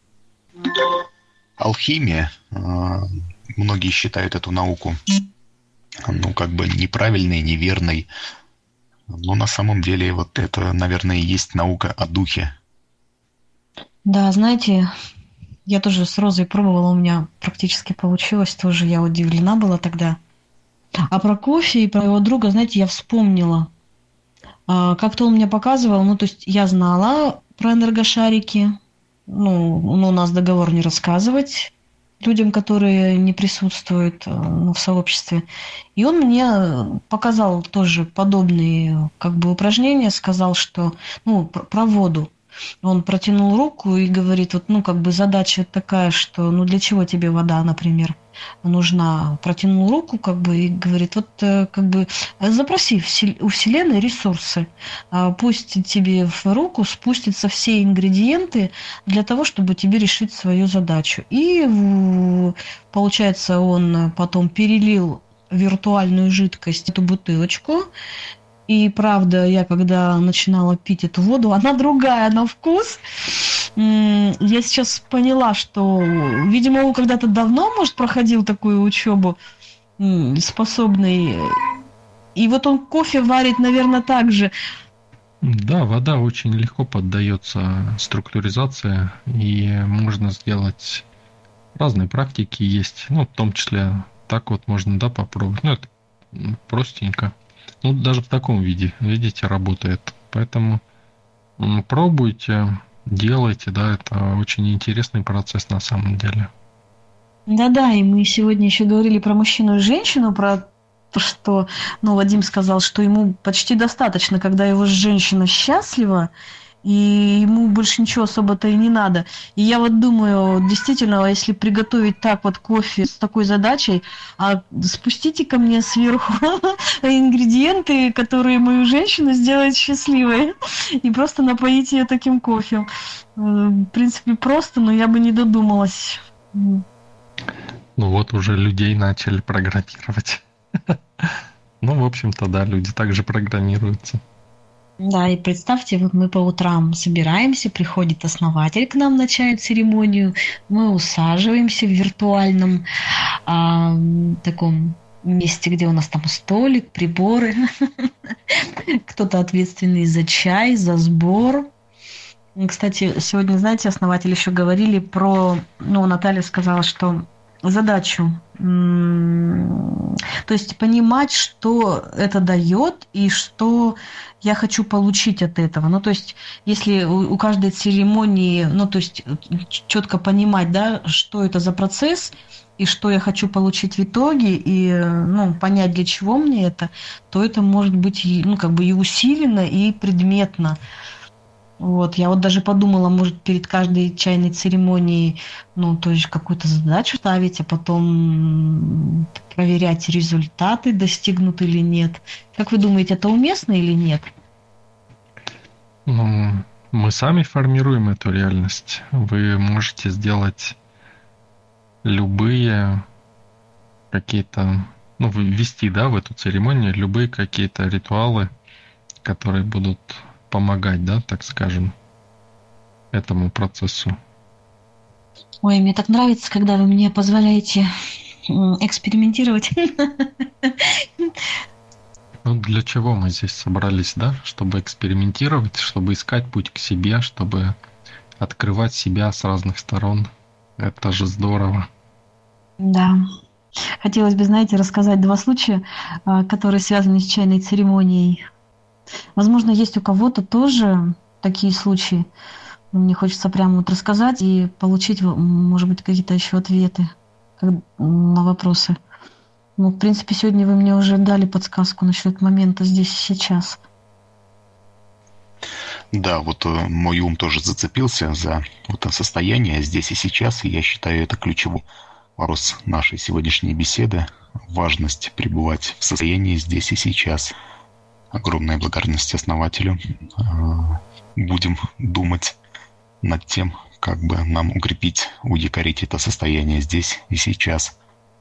Алхимия. Многие считают эту науку, ну, как бы неправильной, неверной. Но на самом деле вот это, наверное, и есть наука о духе. Да, знаете, я тоже с розой пробовала, у меня практически получилось, тоже я удивлена была тогда. А про кофе и про его друга, знаете, я вспомнила. Как-то он мне показывал, ну, то есть я знала про энергошарики, ну, у нас договор не рассказывать людям, которые не присутствуют ну, в сообществе. И он мне показал тоже подобные как бы упражнения, сказал, что, ну, про воду. Он протянул руку и говорит, вот, ну, как бы задача такая, что, ну, для чего тебе вода, например, нужна? Протянул руку, как бы, и говорит, вот, как бы, запроси у Вселенной ресурсы, пусть тебе в руку спустятся все ингредиенты для того, чтобы тебе решить свою задачу. И, получается, он потом перелил виртуальную жидкость, эту бутылочку. И правда, я когда начинала пить эту воду, она другая на вкус. Я сейчас поняла, что, видимо, он когда-то давно, может, проходил такую учебу, способный. И вот он кофе варит, наверное, так же. Да, вода очень легко поддается структуризации, и можно сделать разные практики есть. Ну, в том числе так вот можно, да, попробовать. Ну, это простенько. Ну, даже в таком виде, видите, работает. Поэтому пробуйте, делайте, да, это очень интересный процесс на самом деле. Да-да, и мы сегодня еще говорили про мужчину и женщину, про то, что, ну, Вадим сказал, что ему почти достаточно, когда его женщина счастлива, и ему больше ничего особо-то и не надо. И я вот думаю, действительно, если приготовить так вот кофе с такой задачей, а спустите ко мне сверху ингредиенты, которые мою женщину сделают счастливой, и просто напоить ее таким кофе. В принципе, просто, но я бы не додумалась. Ну вот уже людей начали программировать. Ну, в общем-то, да, люди также программируются. Да, и представьте, вот мы по утрам собираемся, приходит основатель к нам начать церемонию, мы усаживаемся в виртуальном а, таком месте, где у нас там столик, приборы, кто-то ответственный за чай, за сбор. Кстати, сегодня, знаете, основатели еще говорили про, ну, Наталья сказала, что задачу, то есть понимать, что это дает и что я хочу получить от этого. Ну, то есть, если у каждой церемонии, ну, то есть, четко понимать, да, что это за процесс и что я хочу получить в итоге, и, ну, понять, для чего мне это, то это может быть, ну, как бы и усиленно, и предметно. Вот, я вот даже подумала, может, перед каждой чайной церемонией, ну, то есть какую-то задачу ставить, а потом проверять результаты, достигнуты или нет. Как вы думаете, это уместно или нет? Ну, мы сами формируем эту реальность. Вы можете сделать любые какие-то, ну, ввести, да, в эту церемонию любые какие-то ритуалы, которые будут помогать, да, так скажем, этому процессу. Ой, мне так нравится, когда вы мне позволяете м, экспериментировать. Ну, для чего мы здесь собрались, да? Чтобы экспериментировать, чтобы искать путь к себе, чтобы открывать себя с разных сторон. Это же здорово. Да. Хотелось бы, знаете, рассказать два случая, а, которые связаны с чайной церемонией. Возможно, есть у кого-то тоже такие случаи. Но мне хочется прямо вот рассказать и получить, в- может быть, какие-то еще ответы как- на вопросы. Ну, в принципе, сегодня вы мне уже дали подсказку насчет момента здесь и сейчас. Да, вот э, мой ум тоже зацепился за вот это состояние здесь и сейчас, и я считаю это ключевой вопрос нашей сегодняшней беседы. Важность пребывать в состоянии здесь и сейчас. Огромная благодарность основателю. Э, Будем думать над тем, как бы нам укрепить, удикарить это состояние здесь и сейчас.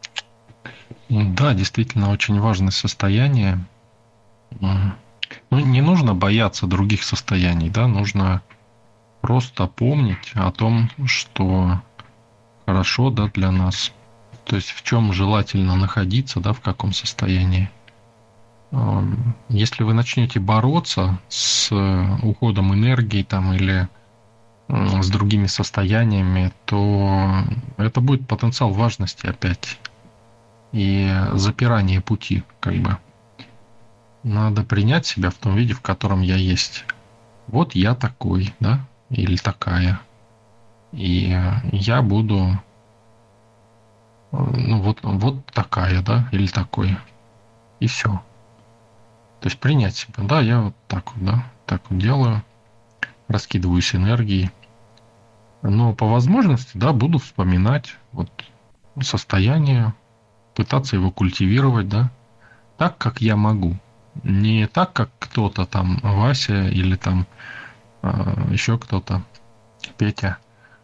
Да, действительно, очень важное состояние. М. Ну, не нужно бояться других состояний, да, нужно просто помнить о том, что хорошо, да, для нас. То есть в чем желательно находиться, да, в каком состоянии. Ам, Если вы начнете бороться с уходом энергии там или м, с другими состояниями, то это будет потенциал важности опять и запирание пути, как бы. Надо принять себя в том виде, в котором я есть. Вот я такой, да, или такая. И я буду, э, ну вот, вот такая, да, или такой. И все. То есть принять себя. Да, я вот так вот, да, так вот делаю, раскидываюсь энергией. Но по возможности, да, буду вспоминать вот состояние, пытаться его культивировать, да, так, как я могу. Не так, как кто-то там, Вася или там э, еще кто-то, Петя,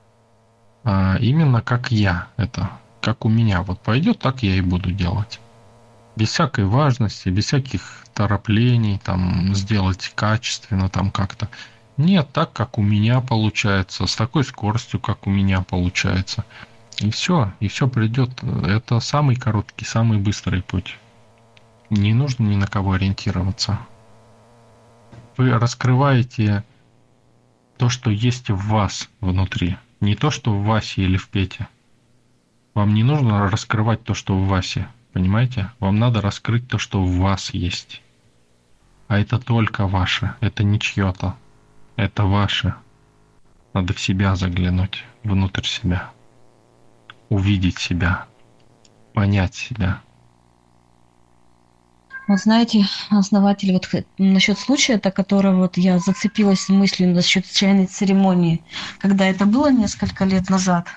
а именно как я это, как у меня вот пойдет, так я и буду делать. Без всякой важности, без всяких тороплений, там, сделать качественно, там как-то. Нет, так, как у меня получается, с такой скоростью, как у меня получается. И все, и все придет. Это самый короткий, самый быстрый путь. Не нужно ни на кого ориентироваться. Вы раскрываете то, что есть в вас внутри. Не то, что в Васе или в Пете. Вам не нужно раскрывать то, что в Васе. Понимаете? Вам надо раскрыть то, что в вас есть. А это только ваше. Это не чье-то. Это ваше. Надо в себя заглянуть. Внутрь себя. Увидеть себя. Понять себя. Вот знаете, основатель, вот х- насчет случая, о котором вот я зацепилась мыслью насчет чайной церемонии, когда это было несколько лет назад,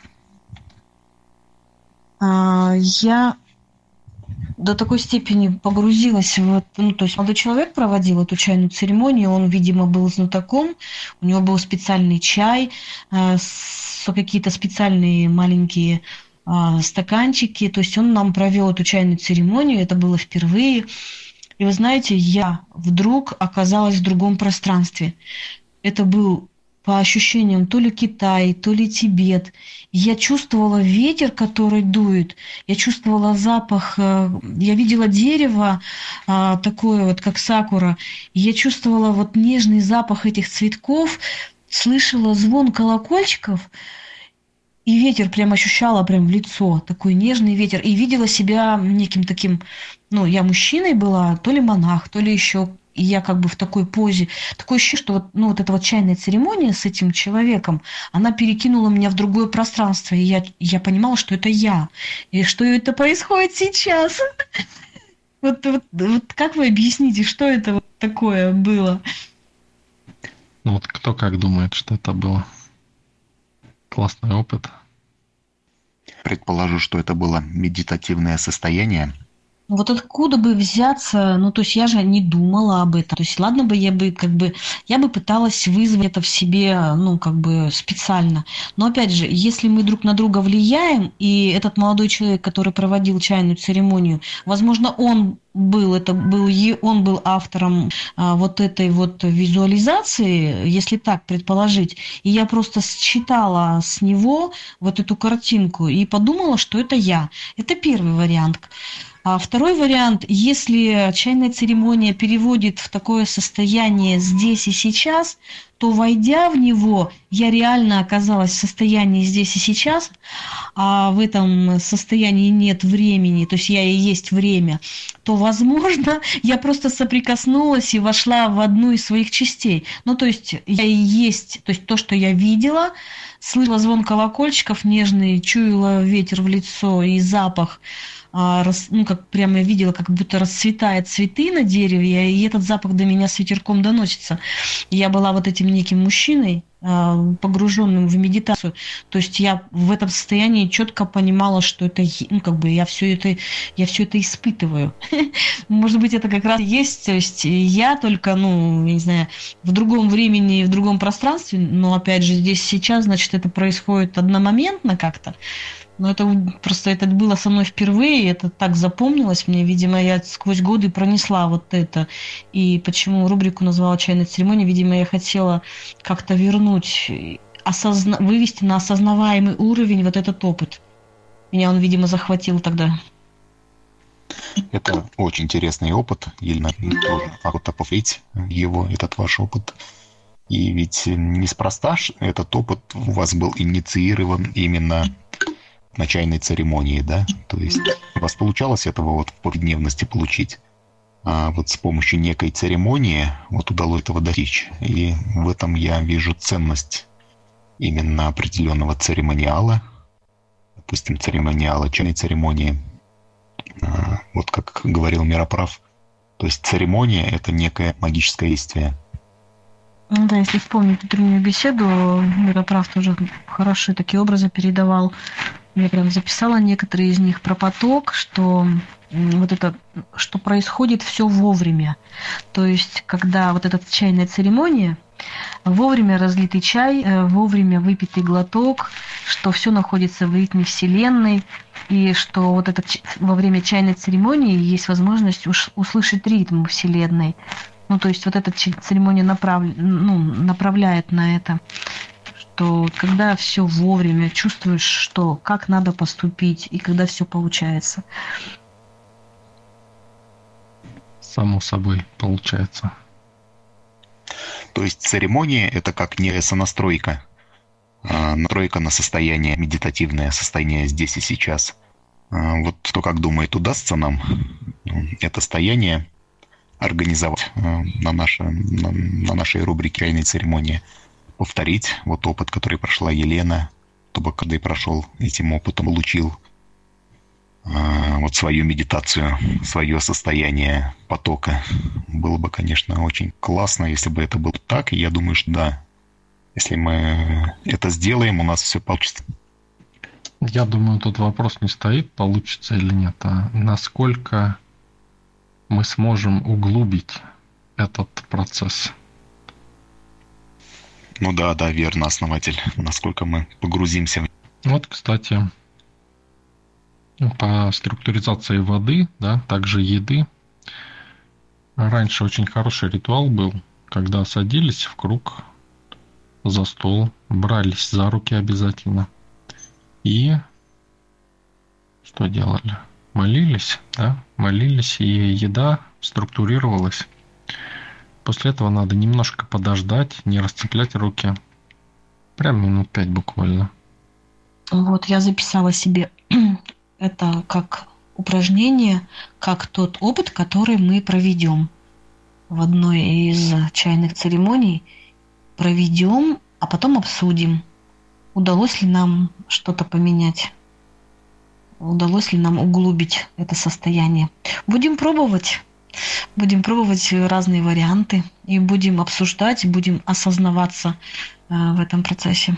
а, я до такой степени погрузилась в... это, ну, то есть молодой человек проводил эту чайную церемонию, он, видимо, был знатоком, у него был специальный чай, э, с- какие-то специальные маленькие а, стаканчики, то есть он нам провел эту чайную церемонию, это было впервые. И вы знаете, я вдруг оказалась в другом пространстве. Это был по ощущениям то ли Китай, то ли Тибет. Я чувствовала ветер, который дует. Я чувствовала запах. э, Я видела дерево а, такое вот, как сакура. И я чувствовала вот нежный запах этих цветков. Слышала звон колокольчиков. И ветер прям ощущала прям в лицо. Такой нежный ветер. И видела себя неким таким... Ну, я мужчиной была, то ли монах, то ли еще... И я как бы в такой позе. Такое ощущение, что вот, ну, вот эта вот чайная церемония с этим человеком, она перекинула меня в другое пространство. И я, я понимала, что это я. И что это происходит сейчас. Вот, вот, вот как вы объясните, что это вот такое было? Ну вот кто как думает, что это было? Классный опыт. Предположу, что это было медитативное состояние, Вот откуда бы взяться, ну, то есть я же не думала об этом. То есть, ладно бы я бы, как бы, я бы пыталась вызвать это в себе, ну, как бы специально. Но, опять же, если мы друг на друга влияем, и этот молодой человек, который проводил чайную церемонию, возможно, он был, это был, он был автором а, вот этой вот визуализации, если так предположить, и я просто считала с него вот эту картинку и подумала, что это я. Это первый вариант. А второй вариант, если чайная церемония переводит в такое состояние здесь и сейчас, то, войдя в него, я реально оказалась в состоянии здесь и сейчас, а в этом состоянии нет времени, то есть я и есть время, то, возможно, я просто соприкоснулась и вошла в одну из своих частей. Ну, то есть я и есть, то есть то, что я видела, слышала звон колокольчиков нежный, чуяла ветер в лицо и запах, ну, как прямо я видела, как будто расцветают цветы на дереве, и этот запах до меня с ветерком доносится. Я была вот этим неким мужчиной, погруженным в медитацию. То есть я в этом состоянии четко понимала, что это, ну, как бы я все это, я все это испытываю. Может быть, это как раз и есть, то есть я только, ну, я не знаю, в другом времени, в другом пространстве, но опять же здесь сейчас, значит, это происходит одномоментно как-то. Но это просто это было со мной впервые, это так запомнилось мне. Видимо, я сквозь годы пронесла вот это. И почему рубрику назвала «Чайная церемония», видимо, я хотела как-то вернуть, осозна... вывести на осознаваемый уровень вот этот опыт. Меня он, видимо, захватил тогда. Это очень интересный опыт, Елена, и тоже охота повторить его, этот ваш опыт. И ведь неспроста этот опыт у вас был инициирован именно на чайной церемонии, да? То есть у вас получалось этого вот в повседневности получить, а вот с помощью некой церемонии вот удалось этого достичь. И в этом я вижу ценность именно определенного церемониала, допустим, церемониала чайной церемонии. Вот как говорил Мироправ, то есть церемония — это некое магическое действие. Ну да, если вспомнить утреннюю беседу, Мироправ тоже хорошие такие образы передавал. Я прям записала некоторые из них про поток, что вот это, что происходит все вовремя. То есть, когда вот эта чайная церемония, вовремя разлитый чай, вовремя выпитый глоток, что все находится в ритме Вселенной, и что вот это во время чайной церемонии есть возможность услышать ритм Вселенной. Ну, то есть вот эта церемония направ... ну, направляет на это. Что когда все вовремя, чувствуешь, что как надо поступить, и когда все получается. Само собой получается. То есть церемония — это как некая сонастройка, настройка на состояние медитативное, состояние здесь и сейчас. Вот кто как думает, удастся нам это состояние организовать на, наше, на, на нашей рубрике «Чайная церемония», повторить вот опыт, который прошла Елена, чтобы каждый прошел этим опытом, получил э, вот свою медитацию, свое состояние потока. Было бы, конечно, очень классно, если бы это было так, и я думаю, что да. Если мы это сделаем, у нас все получится. Я думаю, тут вопрос не стоит, получится или нет, а насколько мы сможем углубить этот процесс. Ну да, да, верно, основатель. Насколько мы погрузимся. Вот, кстати, по структуризации воды, да, также еды. Раньше очень хороший ритуал был, когда садились в круг за стол, брались за руки обязательно. И что делали? Молились, да, молились, и еда структурировалась. После этого надо немножко подождать, не расцеплять руки. Прям минут пять буквально. Вот, я записала себе это как упражнение, как тот опыт, который мы проведем в одной из чайных церемоний. Проведем, а потом обсудим, удалось ли нам что-то поменять, удалось ли нам углубить это состояние. Будем пробовать. Будем пробовать разные варианты и будем обсуждать, будем осознаваться э, в этом процессе.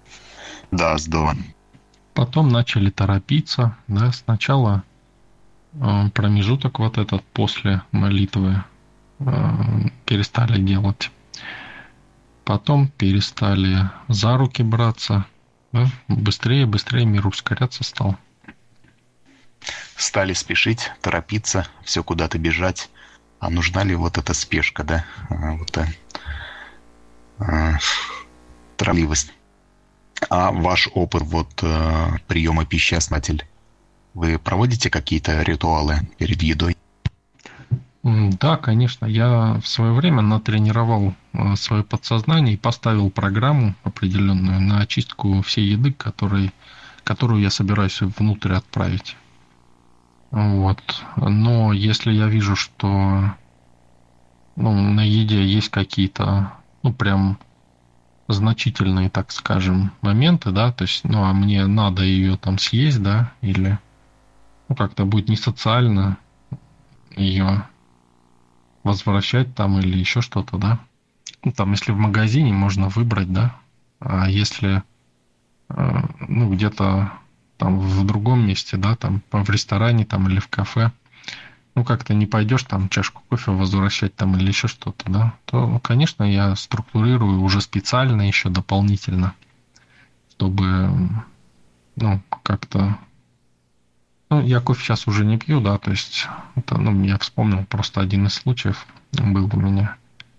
Да, здорово. Потом начали торопиться, да, сначала э, промежуток вот этот после молитвы э, перестали делать. Потом перестали за руки браться. Да? Быстрее, быстрее мир ускоряться стал. Стали спешить, торопиться, все куда-то бежать. А нужна ли вот эта спешка, да? А, вот эта а, торопливость. А ваш опыт вот а, приема пищи, основатель, вы проводите какие-то ритуалы перед едой? Да, конечно. Я в свое время натренировал свое подсознание и поставил программу определенную на очистку всей еды, которой, которую я собираюсь внутрь отправить. Вот. Но если я вижу, что ну, на еде есть какие-то, ну, прям значительные, так скажем, моменты, да, то есть, ну, а мне надо ее там съесть, да, или ну, как-то будет не социально ее возвращать там или еще что-то, да. Ну, там, если в магазине, можно выбрать, да, а если, ну, где-то там в другом месте, да, там в ресторане там или в кафе, ну, как-то не пойдешь там чашку кофе возвращать там или еще что-то, да, то, конечно, я структурирую уже специально еще дополнительно, чтобы, ну, как-то... Ну, я кофе сейчас уже не пью, да, то есть, это, ну, я вспомнил просто один из случаев был у меня.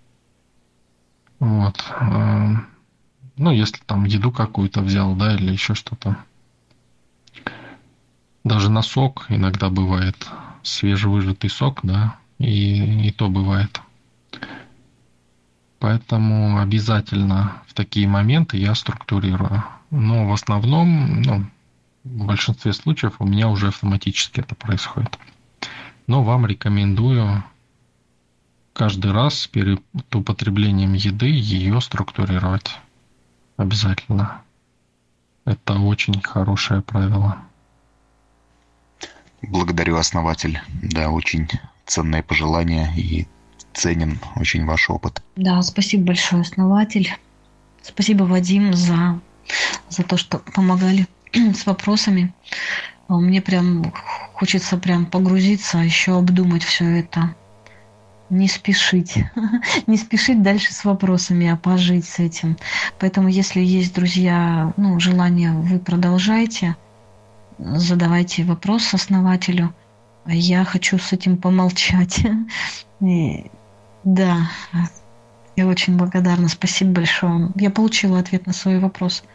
Вот. Ну, если там еду какую-то взял, да, или еще что-то. Даже на сок иногда бывает свежевыжатый сок, да, и, и то бывает. Поэтому обязательно в такие моменты я структурирую. Но в основном, ну, в большинстве случаев у меня уже автоматически это происходит. Но вам рекомендую каждый раз перед употреблением еды ее структурировать. Обязательно. Это очень хорошее правило. Благодарю, основатель. Да, очень ценное пожелание и ценен очень ваш опыт. Да, спасибо большое, основатель. Спасибо, Вадим, за, за то, что помогали с вопросами. Мне прям хочется прям погрузиться, еще обдумать все это. Не спешить. Не спешить дальше с вопросами, а пожить с этим. Поэтому, если есть, друзья, ну, желание, вы продолжайте. Задавайте вопрос основателю. Я хочу с этим помолчать. И, да, я очень благодарна. Спасибо большое. Я получила ответ на свой вопрос.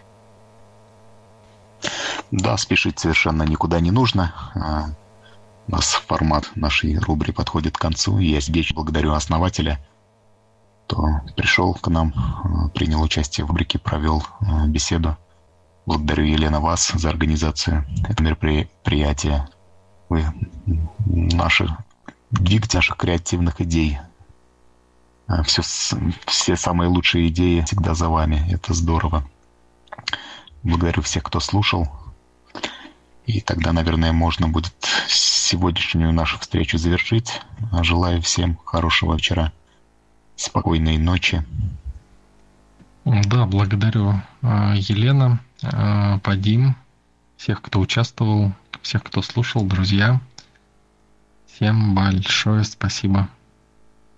Да, спешить совершенно никуда не нужно. У нас формат нашей рубрики подходит к концу. Я здесь благодарю основателя, кто пришел к нам, принял участие в рубрике, провел беседу. Благодарю, Елена, вас за организацию этого мероприятия. Вы наши двигатель наших креативных идей. Все, все самые лучшие идеи всегда за вами. Это здорово. Благодарю всех, кто слушал. И тогда, наверное, можно будет сегодняшнюю нашу встречу завершить. Желаю всем хорошего вечера, спокойной ночи. Да, благодарю, Елена, Вадим, всех, кто участвовал, всех, кто слушал, друзья. Всем большое спасибо.